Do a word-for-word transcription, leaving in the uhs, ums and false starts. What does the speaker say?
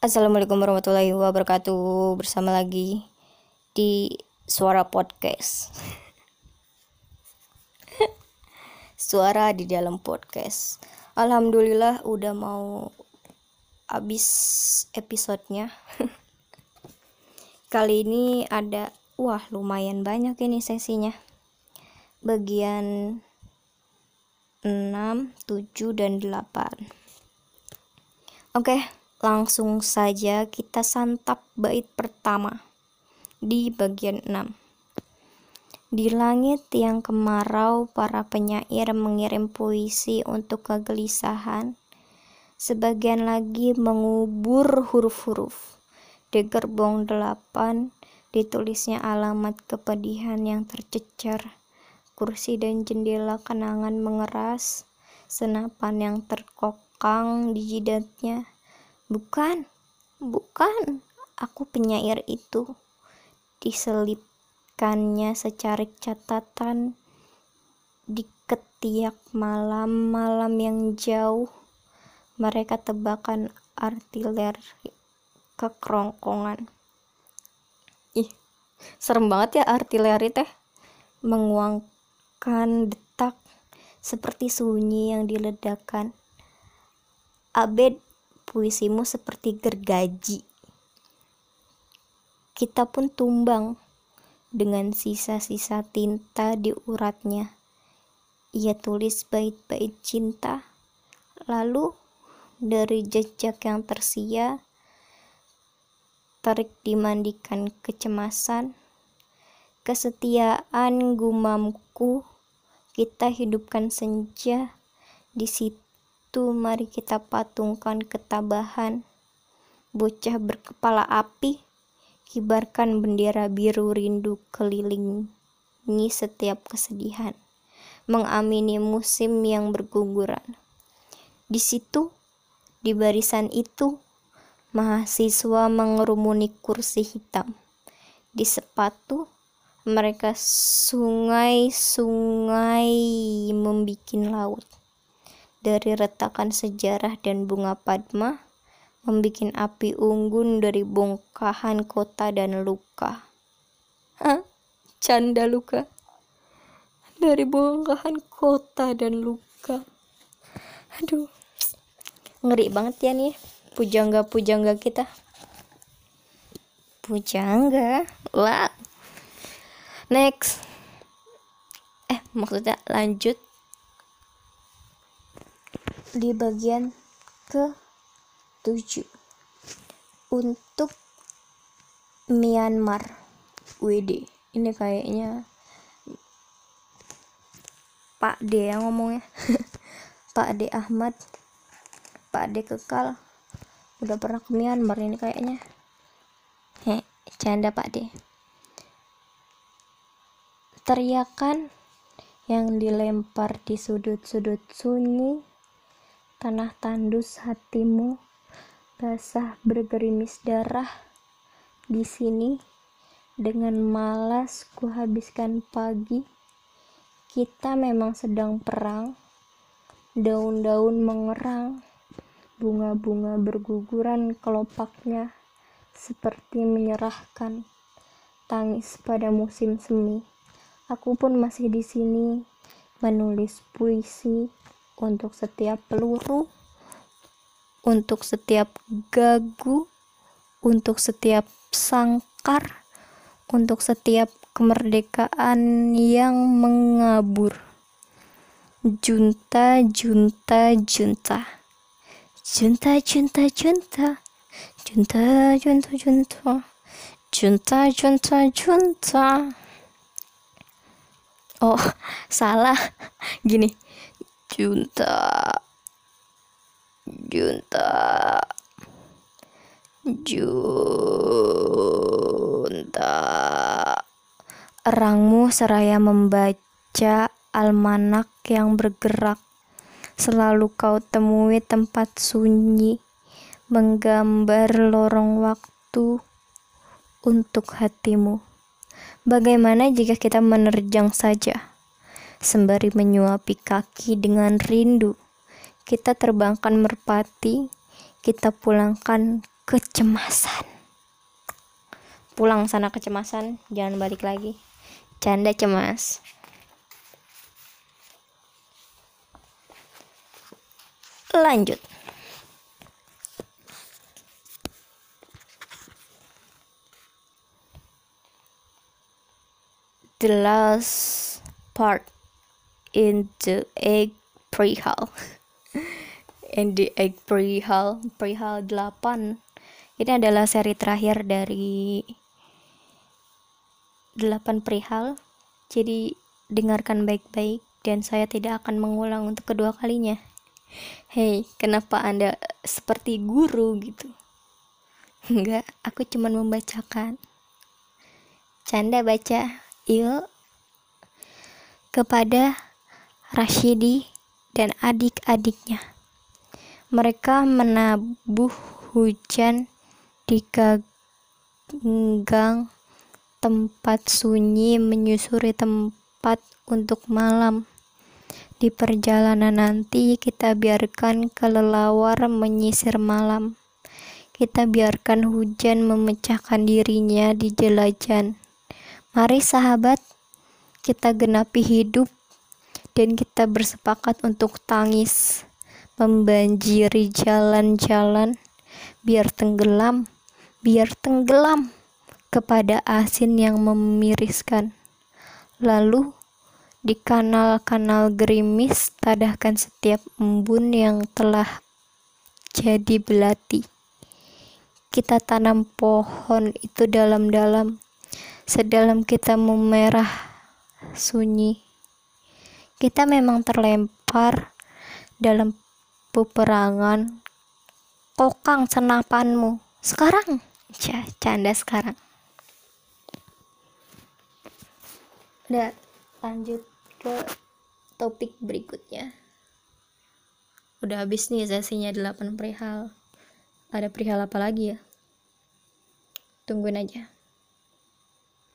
Assalamualaikum warahmatullahi wabarakatuh. Bersama lagi di Suara Podcast. Suara di dalam podcast. Alhamdulillah udah mau habis episodenya. Kali ini ada, wah lumayan banyak ini sesinya. Bagian enam, tujuh, dan delapan. Oke, langsung saja kita santap bait pertama di bagian enam. Di langit yang kemarau, para penyair mengirim puisi untuk kegelisahan. Sebagian lagi mengubur huruf-huruf. Di gerbong delapan ditulisnya alamat kepedihan yang tercecer. Kursi dan jendela kenangan mengeras. Senapan yang terkokang di jidatnya. Bukan, bukan, aku penyair itu. Diselipkannya secarik catatan di ketiak malam-malam yang jauh. Mereka tebakan artileri kekerongkongan. Ih, serem banget ya artileri teh. Menguangkan detak seperti sunyi yang diledakkan. Abed, puisimu seperti gergaji. Kita pun tumbang dengan sisa-sisa tinta di uratnya. Ia tulis bait-bait cinta. Lalu dari jejak yang tersia, terik dimandikan kecemasan. Kesetiaan gumamku, kita hidupkan senja. Di situ mari kita patungkan ketabahan. Bocah berkepala api, kibarkan bendera biru rindu kelilingi setiap kesedihan. Mengamini musim yang berguguran. Di situ, di barisan itu, mahasiswa mengerumuni kursi hitam. Di sepatu, mereka sungai-sungai membikin laut. Dari retakan sejarah dan bunga padma, membikin api unggun dari bongkahan kota dan luka. Hah? Canda luka? Dari bongkahan kota dan luka. Aduh, ngeri banget ya nih pujangga-pujangga kita. Pujangga? Wah. Next. Eh, maksudnya lanjut. Di bagian ke tujuh untuk Myanmar. W D. Ini kayaknya Pak D yang ngomongnya. Pak D Ahmad, Pak D Kekal udah pernah ke Myanmar ini kayaknya. Heh, canda Pak D. Teriakan yang dilempar di sudut-sudut sunyi, tanah tandus hatimu basah bergerimis darah. Di sini dengan malas kuhabiskan pagi. Kita memang sedang perang. Daun-daun mengerang, bunga-bunga berguguran kelopaknya seperti menyerahkan tangis pada musim semi. Aku pun masih di sini menulis puisi untuk setiap peluru, untuk setiap gagu, untuk setiap sangkar, untuk setiap kemerdekaan yang mengabur. Junta, junta, junta. Junta, junta, junta. Junta, junta, junta. Junta, junta, junta. Oh, salah. Gini. Junta. Junta. Junta. Erangmu seraya membaca almanak yang bergerak. Selalu kau temui tempat sunyi, menggambar lorong waktu untuk hatimu. Bagaimana jika kita menerjang saja, sembari menyuapi kaki dengan rindu? Kita terbangkan merpati, kita pulangkan kecemasan. Pulang sana kecemasan, jangan balik lagi. Canda cemas. Lanjut. The last part in the egg perihal. In the egg perihal, perihal delapan. Ini adalah seri terakhir dari delapan perihal. Jadi dengarkan baik-baik dan saya tidak akan mengulang untuk kedua kalinya. Hei, kenapa Anda seperti guru gitu? Enggak, aku cuma membacakan. Canda baca. Yuk. Kepada Rashidi dan adik-adiknya. Mereka menabuh hujan di ganggang tempat sunyi, menyusuri tempat untuk malam. Di perjalanan nanti kita biarkan kelelawar menyisir malam. Kita biarkan hujan memecahkan dirinya di jelajan. Mari sahabat, kita genapi hidup dan kita bersepakat untuk tangis, membanjiri jalan-jalan, biar tenggelam, biar tenggelam kepada asin yang memiriskan. Lalu di kanal-kanal gerimis, tadahkan setiap embun yang telah jadi belati. Kita tanam pohon itu dalam-dalam, sedalam kita memerah sunyi. Kita memang terlempar dalam peperangan. Kokang senapanmu sekarang. Canda sekarang. Udah, lanjut ke topik berikutnya. Udah habis nih sesinya delapan perihal. Ada perihal apa lagi ya? Tungguin aja.